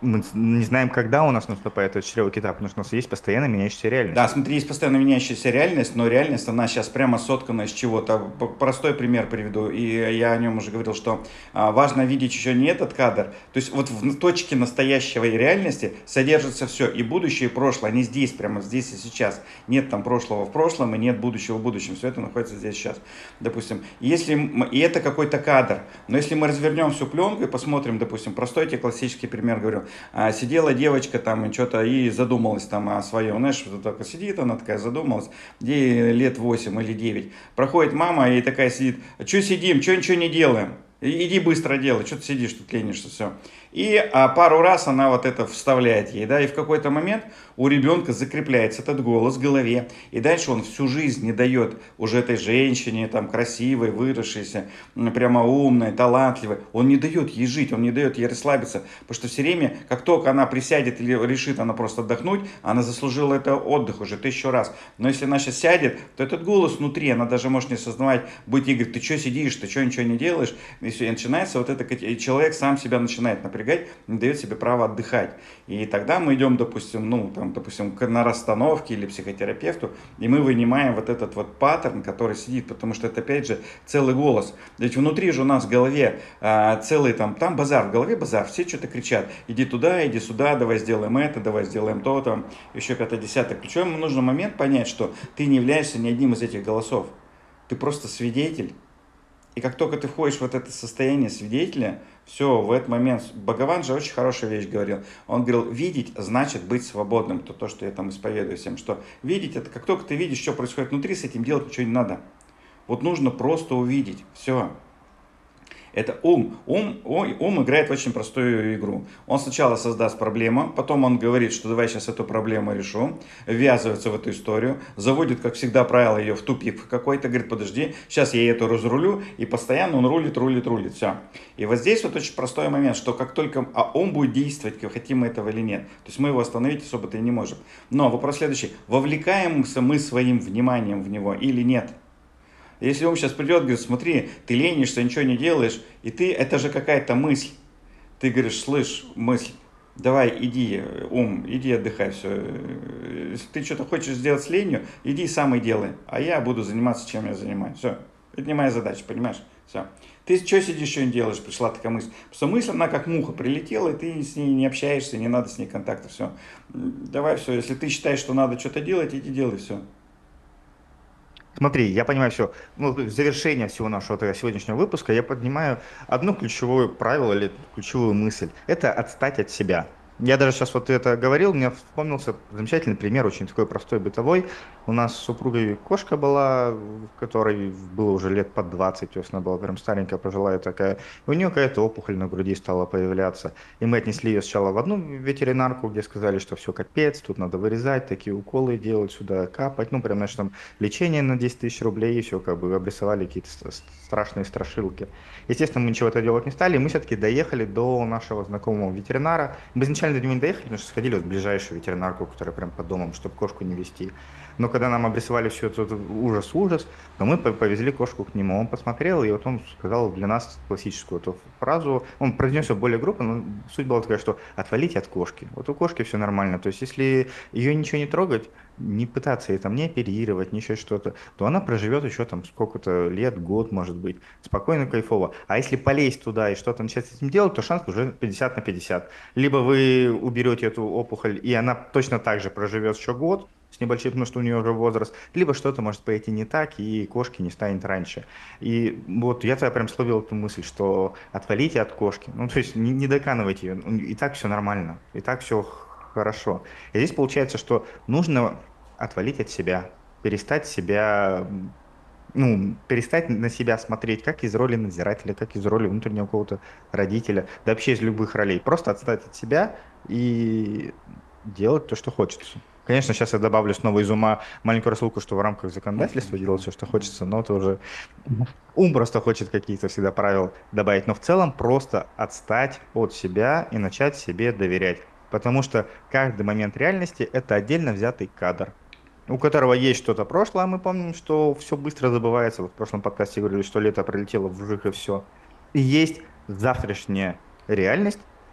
мы не знаем, когда у нас наступает этот широкий этап, потому что у нас есть постоянно меняющаяся Да, реальность. смотри, есть постоянно меняющаяся реальность, но реальность, она сейчас прямо соткана из чего-то. П- Простой пример приведу, и я о нем уже говорил, что а, важно видеть еще не этот кадр. То есть вот в точке настоящего и реальности содержится все, и будущее, и прошлое, они здесь, прямо здесь и сейчас. Нет там прошлого в прошлом, и нет будущего в будущем. Все это находится здесь сейчас, допустим. Если, м- и это какой-то кадр, но если мы развернем всю пленку и посмотрим, допустим, простой тебе классический пример, говорю, а, сидела девочка там и что-то и задумалась там о своем, знаешь, вот так сидит, она такая задумалась, ей лет восемь или девять. Проходит мама и такая сидит, что сидим, что ничего не делаем? Иди быстро делай, что ты сидишь тут ленишься, все. И а, пару раз она вот это вставляет ей, да, и в какой-то момент у ребенка закрепляется этот голос в голове, и дальше он всю жизнь не дает уже этой женщине, там, красивой, выросшейся, прямо умной, талантливой, он не дает ей жить, он не дает ей расслабиться, потому что все время, как только она присядет или решит она просто отдохнуть, она заслужила это отдых уже тысячу раз. Но если она сейчас сядет, то этот голос внутри, она даже может не осознавать, будет ей говорить, ты что сидишь, ты что ничего не делаешь, и все, и начинается вот это, и человек сам себя начинает напрягать, не дает себе права отдыхать. И тогда мы идем, допустим, ну, там, допустим, на расстановке или психотерапевту, и мы вынимаем вот этот вот паттерн, который сидит, потому что это, опять же, целый голос. Ведь внутри же у нас в голове а, целый там, там базар, в голове базар, все что-то кричат, иди туда, иди сюда, давай сделаем это, давай сделаем то, там, еще пятое, десятое. Ключевой нужно момент понять, что ты не являешься ни одним из этих голосов, ты просто свидетель. И как только ты входишь в вот это состояние свидетеля, все, в этот момент, Бхагаван же очень хорошую вещь говорил. Он говорил, видеть значит быть свободным. То, то, что я там исповедую всем, что видеть, это как только ты видишь, что происходит внутри, с этим делать ничего не надо. Вот нужно просто увидеть, все. Это ум. Ум, ум. ум играет в очень простую игру. Он сначала создаст проблему, потом он говорит, что давай сейчас эту проблему решу, ввязывается в эту историю, заводит, как всегда, правило ее в тупик какой-то, говорит, подожди, сейчас я это разрулю, и постоянно он рулит, рулит, рулит, все. И вот здесь вот очень простой момент, что как только, а он будет действовать, хотим мы этого или нет, то есть мы его остановить особо-то и не можем. Но вопрос следующий, вовлекаемся мы своим вниманием в него или нет? Если он сейчас придет, говорит, смотри, ты ленишься, ничего не делаешь, и ты, это же какая-то мысль. Ты говоришь, слышь, мысль, давай, иди, ум, иди отдыхай, все. Если ты что-то хочешь сделать с ленью, иди сам и делай, а я буду заниматься, чем я занимаюсь. Все, это не моя задача, понимаешь? Все. Ты что сидишь, что не делаешь, пришла такая мысль. Потому что мысль, она как муха прилетела, и ты с ней не общаешься, не надо с ней контакта, все. Давай, все, если ты считаешь, что надо что-то делать, иди делай, все. Смотри, я понимаю все. Ну, в завершение всего нашего тогда сегодняшнего выпуска я поднимаю одно ключевое правило или ключевую мысль. Это отстать от себя. Я даже сейчас вот это говорил, мне вспомнился замечательный пример, очень такой простой, бытовой. У нас с супругой кошка была, в которой было уже лет под двадцать, то есть она была прям старенькая, пожилая такая. И у нее какая-то опухоль на груди стала появляться. И мы отнесли ее сначала в одну ветеринарку, где сказали, что все капец, тут надо вырезать, такие уколы делать, сюда капать. Ну, прям, значит, там лечение на десять тысяч рублей, и все, как бы обрисовали какие-то страшные страшилки. Естественно, мы ничего этого делать не стали, мы все-таки доехали до нашего знакомого ветеринара. Мы изначально до него не доехали, потому что сходили вот в ближайшую ветеринарку, которая прям под домом, чтобы кошку не вести. Но когда нам обрисовали все этот ужас-ужас, то мы повезли кошку к нему. Он посмотрел, и вот он сказал для нас классическую эту фразу. Он произнес ее более грубо, но суть была такая, что отвалите от кошки. Вот у кошки все нормально. То есть, если ее ничего не трогать, не пытаться ей там не оперировать, ни еще что-то, то она проживет еще там сколько-то лет, год, может быть, спокойно, кайфово. А если полезть туда и что-то начать с этим делать, то шанс уже пятьдесят на пятьдесят. Либо вы уберете эту опухоль, и она точно так же проживет еще год, с небольшим, потому что у нее уже возраст, либо что-то может пойти не так, и кошки не станет раньше. И вот я тогда прям словил эту мысль, что отвалите от кошки, ну, то есть не, не доканывайте ее, и так все нормально, и так все хорошо. И здесь получается, что нужно отвалить от себя, перестать себя, ну, перестать на себя смотреть, как из роли надзирателя, как из роли внутреннего какого-то родителя, да вообще из любых ролей. Просто отстать от себя и делать то, что хочется. Конечно, сейчас я добавлю снова из ума маленькую рассылку, что в рамках законодательства делать все, что хочется, но это уже ум просто хочет какие-то всегда правила добавить. Но в целом просто отстать от себя и начать себе доверять. Потому что каждый момент реальности– это отдельно взятый кадр, у которого есть что-то прошлое, а мы помним, что все быстро забывается. Вот в прошлом подкасте говорили, что лето пролетело вжих и все. И есть завтрашняя реальность,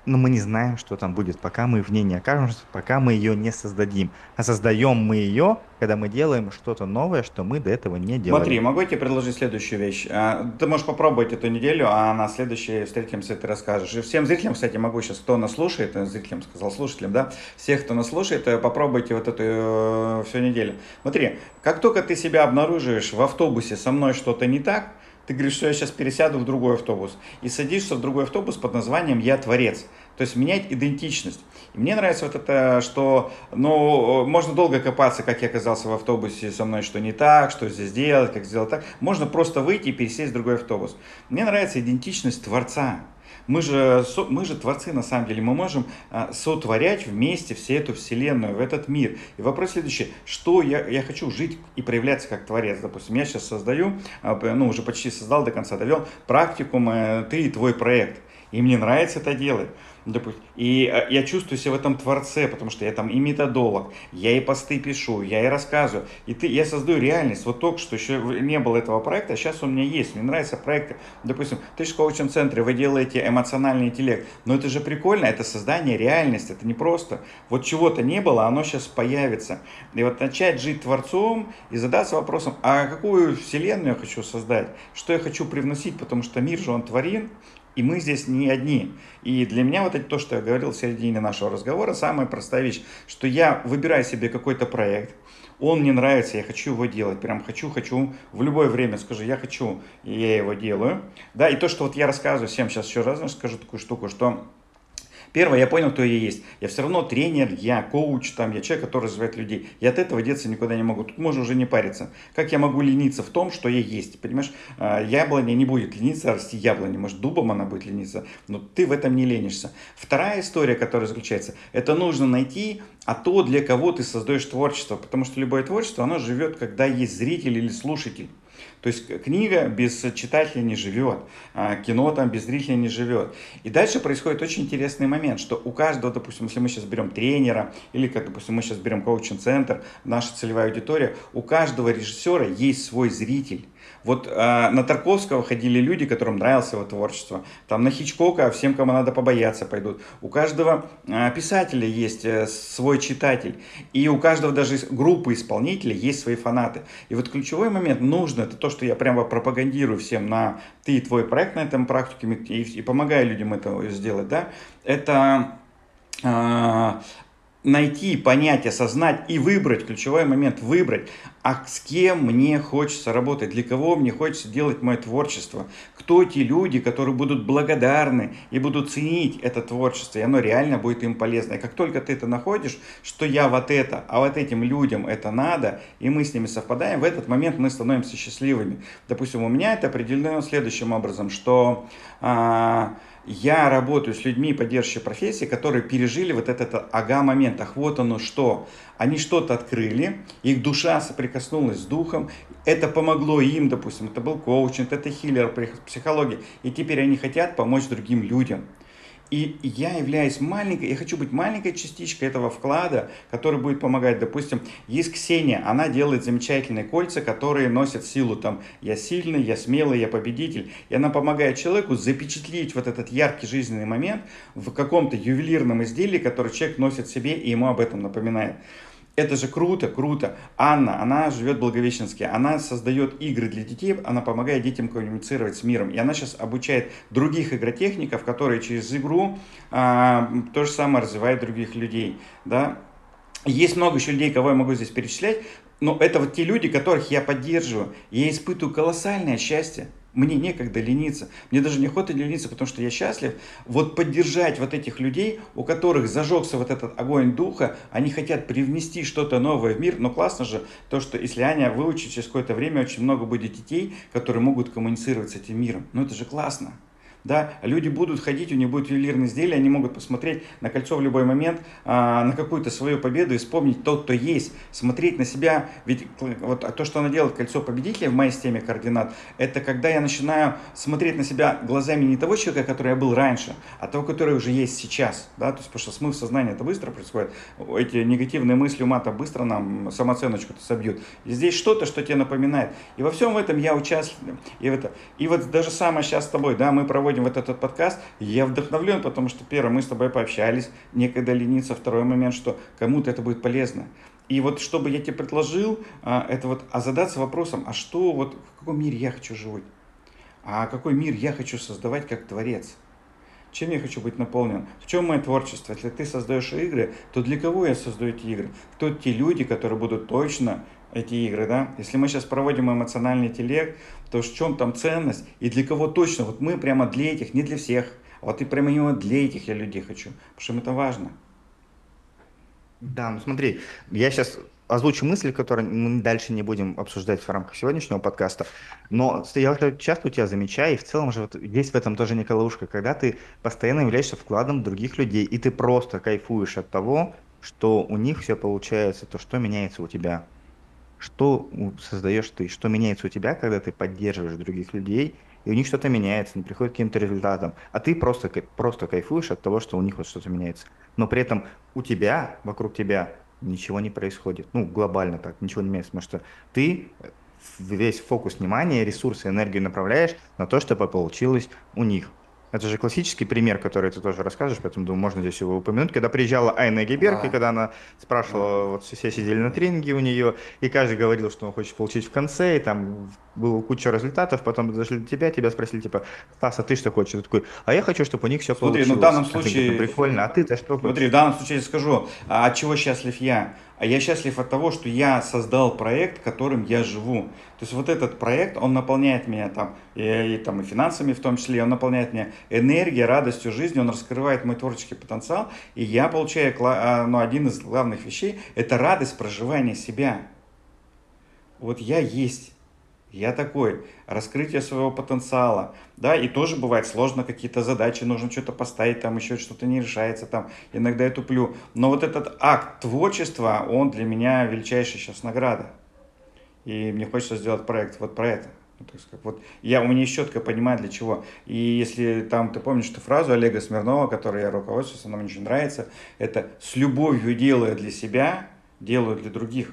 но мы не знаем, что там будет, пока мы в ней не окажемся, пока мы ее не создадим. А создаем мы ее, когда мы делаем что-то новое, что мы до этого не Смотри, делали. могу я тебе предложить следующую вещь. А, Ты можешь попробовать эту неделю, а на следующей встретимся, ты расскажешь. И всем зрителям, кстати, могу сейчас, кто нас слушает, э, зрителям сказал, слушателям, да, всех, кто нас слушает, э, попробуйте вот эту э, всю неделю. Смотри, как только ты себя обнаруживаешь в автобусе, со мной что-то не так, ты говоришь, что я сейчас пересяду в другой автобус. И садишься в другой автобус под названием «Я творец». То есть менять идентичность. И мне нравится вот это, что, ну, можно долго копаться, как я оказался в автобусе, со мной что не так, что здесь делать, как сделать так. Можно просто выйти и пересесть в другой автобус. Мне нравится идентичность Творца. Мы же, мы же творцы на самом деле, мы можем а, сотворять вместе всю эту вселенную, в этот мир. И вопрос следующий, что я, я хочу жить и проявляться как творец. Допустим, я сейчас создаю, ну уже почти создал до конца, довел практикум «Ты и твой проект». И мне нравится это делать. Допустим. И я чувствую себя в этом творце, потому что я там и методолог, я и посты пишу, я и рассказываю. И ты, я создаю реальность. Вот только что еще не было этого проекта, а сейчас он у меня есть. Мне нравятся проекты. Допустим, ты же в коучинг центре, вы делаете эмоциональный интеллект. Но это же прикольно, это создание реальности. Это не просто вот чего-то не было, а оно сейчас появится. И вот начать жить творцом и задаться вопросом, а какую вселенную я хочу создать? Что я хочу привносить? Потому что мир же он творен. И мы здесь не одни. И для меня вот это то, что я говорил в середине нашего разговора, самая простая вещь, что я выбираю себе какой-то проект, он мне нравится, я хочу его делать, прям хочу, хочу, в любое время скажу, я хочу, и я его делаю. Да, и то, что вот я рассказываю всем сейчас еще раз, скажу такую штуку, что первое, я понял, кто я есть. Я все равно тренер, я коуч, там, я человек, который развивает людей. Я от этого деться никуда не могу. Тут можно уже не париться. Как я могу лениться в том, что я есть? Понимаешь, яблоня не будет лениться, расти яблоня. Может, дубом она будет лениться, но ты в этом не ленишься. Вторая история, которая заключается, это нужно найти, а то, для кого ты создаешь творчество. Потому что любое творчество, оно живет, когда есть зритель или слушатель. То есть книга без читателя не живет, кино там без зрителя не живет. И дальше происходит очень интересный момент, что у каждого, допустим, если мы сейчас берем тренера, или, как, допустим, мы сейчас берем коучинг-центр, наша целевая аудитория, у каждого режиссера есть свой зритель. Вот э, на Тарковского ходили люди, которым нравилось его творчество. Там на Хичкока всем, кому надо побояться, пойдут. У каждого э, писателя есть э, свой читатель. И у каждого даже группы исполнителей есть свои фанаты. И вот ключевой момент нужно, это то, что я прямо пропагандирую всем на ты и твой проект на этом практике, и, и помогаю людям это сделать, да, это... Э, найти, понять, осознать и выбрать, ключевой момент, выбрать, а с кем мне хочется работать, для кого мне хочется делать мое творчество, кто те люди, которые будут благодарны и будут ценить это творчество, и оно реально будет им полезно. И как только ты это находишь, что я вот это, а вот этим людям это надо, и мы с ними совпадаем, в этот момент мы становимся счастливыми. Допустим, у меня это определено следующим образом, что... А, я работаю с людьми поддерживающей профессии, которые пережили вот этот ага-момент. Ах, вот оно что. Они что-то открыли, их душа соприкоснулась с духом. Это помогло им, допустим, это был коучинг, это хиллер, психология. И теперь они хотят помочь другим людям. И я являюсь маленькой, я хочу быть маленькой частичкой этого вклада, который будет помогать. Допустим, есть Ксения, она делает замечательные кольца, которые носят силу. Там, я сильный, я смелый, я победитель. И она помогает человеку запечатлеть вот этот яркий жизненный момент в каком-то ювелирном изделии, который человек носит себе и ему об этом напоминает. Это же круто, круто. Анна, она живет в Благовещенске, она создает игры для детей, она помогает детям коммуницировать с миром. И она сейчас обучает других игротехников, которые через игру а, то же самое развивают других людей. Да? Есть много еще людей, кого я могу здесь перечислять, но это вот те люди, которых я поддерживаю. Я испытываю колоссальное счастье. Мне некогда лениться, мне даже не охота лениться, потому что я счастлив. Вот поддержать вот этих людей, у которых зажегся вот этот огонь духа, они хотят привнести что-то новое в мир. Но классно же то, что если Аня выучит через какое-то время, очень много будет детей, которые могут коммуницировать с этим миром. Ну это же классно. Да, люди будут ходить, у них будет ювелирное изделие, они могут посмотреть на кольцо в любой момент, а, на какую-то свою победу и вспомнить тот, кто есть, смотреть на себя. Ведь вот то, что она делает, кольцо победителя в моей системе координат, это когда я начинаю смотреть на себя глазами не того человека, который я был раньше, а того, который уже есть сейчас. Да? То есть, потому что смыв сознания это быстро происходит, эти негативные мысли ума-то быстро нам самооценочку-то собьют. И здесь что-то, что тебе напоминает. И во всем этом я участвую. И, это, и вот даже самое сейчас с тобой, да, мы проводим проводим вот этот подкаст, я вдохновлен, потому что, первое, мы с тобой пообщались, некогда лениться, второй момент, что кому-то это будет полезно. И вот что бы я тебе предложил, а, это вот а задаться вопросом, а что вот, в каком мире я хочу жить? А какой мир я хочу создавать как творец? Чем я хочу быть наполнен? В чем мое творчество? Если ты создаешь игры, то для кого я создаю эти игры? Кто те люди, которые будут точно эти игры, да? Если мы сейчас проводим эмоциональный интеллект, то в чем там ценность? И для кого точно? Вот мы прямо для этих, не для всех. А вот и прямо именно для этих я людей хочу. Потому что им это важно. Да, ну смотри, я сейчас озвучу мысли, которые мы дальше не будем обсуждать в рамках сегодняшнего подкаста, но я вот часто у тебя замечаю, и в целом же вот есть в этом тоже некая ловушка, когда ты постоянно являешься вкладом других людей, и ты просто кайфуешь от того, что у них все получается, то что меняется у тебя. Что у- создаешь ты, что меняется у тебя, когда ты поддерживаешь других людей, и у них что-то меняется, они приходят к каким-то результатам, а ты просто, кай- просто кайфуешь от того, что у них вот что-то меняется. Но при этом у тебя, вокруг тебя ничего не происходит. Ну, глобально так, ничего не меняется, потому что ты э, весь фокус внимания, ресурсы, энергию направляешь на то, чтобы получилось у них. Это же классический пример, который ты тоже расскажешь, поэтому думаю, можно здесь его упомянуть. Когда приезжала Айна Геберг, и Да, когда она да. спрашивала, вот все сидели на тренинге у нее, и каждый говорил, что он хочет получить в конце, и там было куча результатов, потом дошли до тебя, тебя спросили, типа, Стас, а ты что хочешь? И ты такой, а я хочу, чтобы у них все Смотри, ну в данном получилось. А ты говоришь, ну случае, прикольно, а ты-то что смотри, в хочешь? данном случае я скажу, а от чего счастлив я? А я счастлив от того, что я создал проект, которым я живу. То есть вот этот проект, он наполняет меня там и, и, там, и финансами в том числе, он наполняет меня энергией, радостью жизни, он раскрывает мой творческий потенциал, и я получаю, кла- а, ну, один из главных вещей, это радость проживания себя. Вот я есть. Я такой, раскрытие своего потенциала, да, и тоже бывает сложно, какие-то задачи, нужно что-то поставить, там еще что-то не решается, там, иногда я туплю. Но вот этот акт творчества, он для меня величайшая сейчас награда. И мне хочется сделать проект вот про это. Ну, то есть, как вот я, у меня есть четкое понимание для чего. И если там, ты помнишь эту фразу Олега Смирнова, которой я руководствуюсь, она мне очень нравится, это «с любовью делая для себя, делаю для других».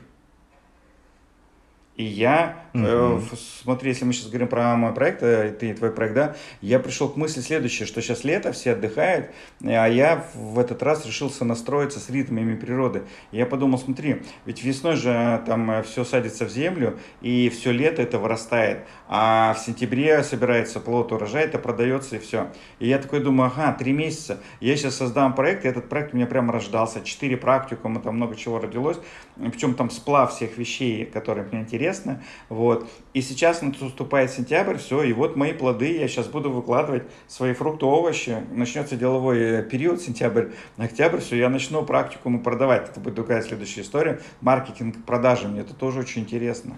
И я, э, Мгм. смотри, если мы сейчас говорим про мой проект, э, ты и твой проект, да, я пришел к мысли следующее, что сейчас лето, все отдыхают, э, а я в этот раз решился настроиться с ритмами природы. И я подумал, смотри, ведь весной же э, там все садится в землю, и все лето это вырастает, а в сентябре собирается плод урожай, это продается и все. И я такой думаю, ага, три месяца, я сейчас создам проект, и этот проект у меня прямо рождался, четыре практикума, там много чего родилось, причем там сплав всех вещей, которые мне интересны, вот. И сейчас наступает сентябрь, все, и вот мои плоды, я сейчас буду выкладывать свои фрукты, овощи, начнется деловой э, период, сентябрь, октябрь, все, я начну практикумы продавать, это будет другая следующая история, маркетинг, продажи, мне это тоже очень интересно.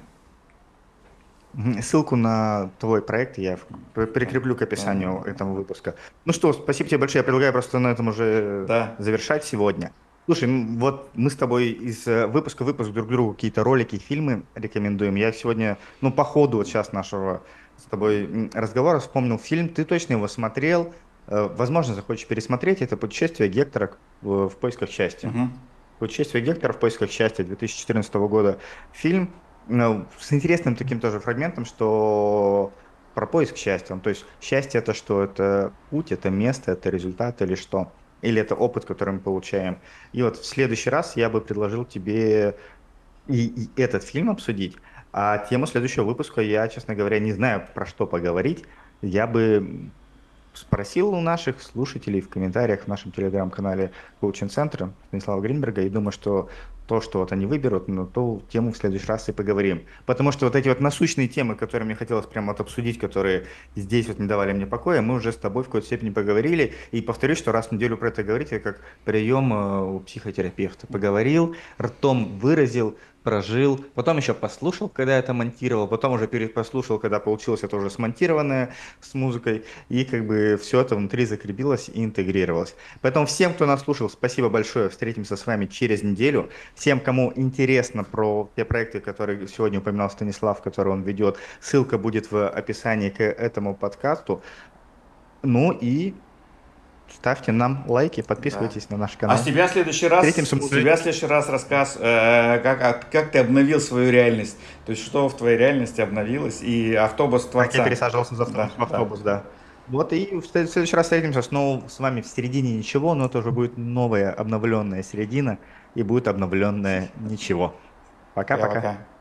Мгм. Ссылку на твой проект я в- п- Да, прикреплю к да, описанию этого выпуска. Ну что, спасибо тебе большое. Я предлагаю просто на этом уже да, завершать сегодня. Слушай, м, вот мы с тобой из э, выпуска в выпуск друг другу какие-то ролики, фильмы рекомендуем. Я сегодня, ну, по ходу вот сейчас нашего с тобой м, разговора вспомнил фильм. Ты точно его смотрел. Э, Возможно, захочешь пересмотреть. Это «Путешествие Гектора к- в в поисках счастья». угу, «Путешествие Гектора в поисках счастья» две тысячи четырнадцатого года фильм, ну, с интересным таким тоже фрагментом, что про поиск счастья. Ну, то есть счастье это что? Это путь, это место, это результат или что? Или это опыт, который мы получаем. И вот в следующий раз я бы предложил тебе и, и этот фильм обсудить, а тему следующего выпуска я, честно говоря, не знаю, про что поговорить. Я бы спросил у наших слушателей в комментариях в нашем телеграм-канале коучинг-центра Станислава Гринберга, и думаю, что то, что вот они выберут, ну, ту тему в следующий раз и поговорим. Потому что вот эти вот насущные темы, которые мне хотелось прямо вот обсудить, которые здесь вот не давали мне покоя, мы уже с тобой в какой-то степени поговорили. И повторюсь, что раз в неделю про это говорить, это как прием э, у психотерапевта. Поговорил, ртом выразил, прожил, потом еще послушал, когда это монтировал, потом уже перепослушал, когда получилось это уже смонтированное с музыкой, и как бы все это внутри закрепилось и интегрировалось. Поэтому всем, кто нас слушал, спасибо большое. Встретимся с вами через неделю. Всем, кому интересно про те проекты, которые сегодня упоминал Станислав, которые он ведет, ссылка будет в описании к этому подкасту. Ну и ставьте нам лайки, да. подписывайтесь на наш А с канал. тебя в следующий раз, Встретимся мы с уже. тебя в следующий раз рассказ, э, как, а- как ты обновил свою реальность, то есть что в твоей реальности обновилось, и автобус Как я Творца. пересаживался за автобус Да, в да. автобус, да. Вот и в след- в следующий раз встретимся снова с вами в середине ничего, но это уже будет новая обновленная середина и будет обновленное ничего. Пока-пока. Пока-пока.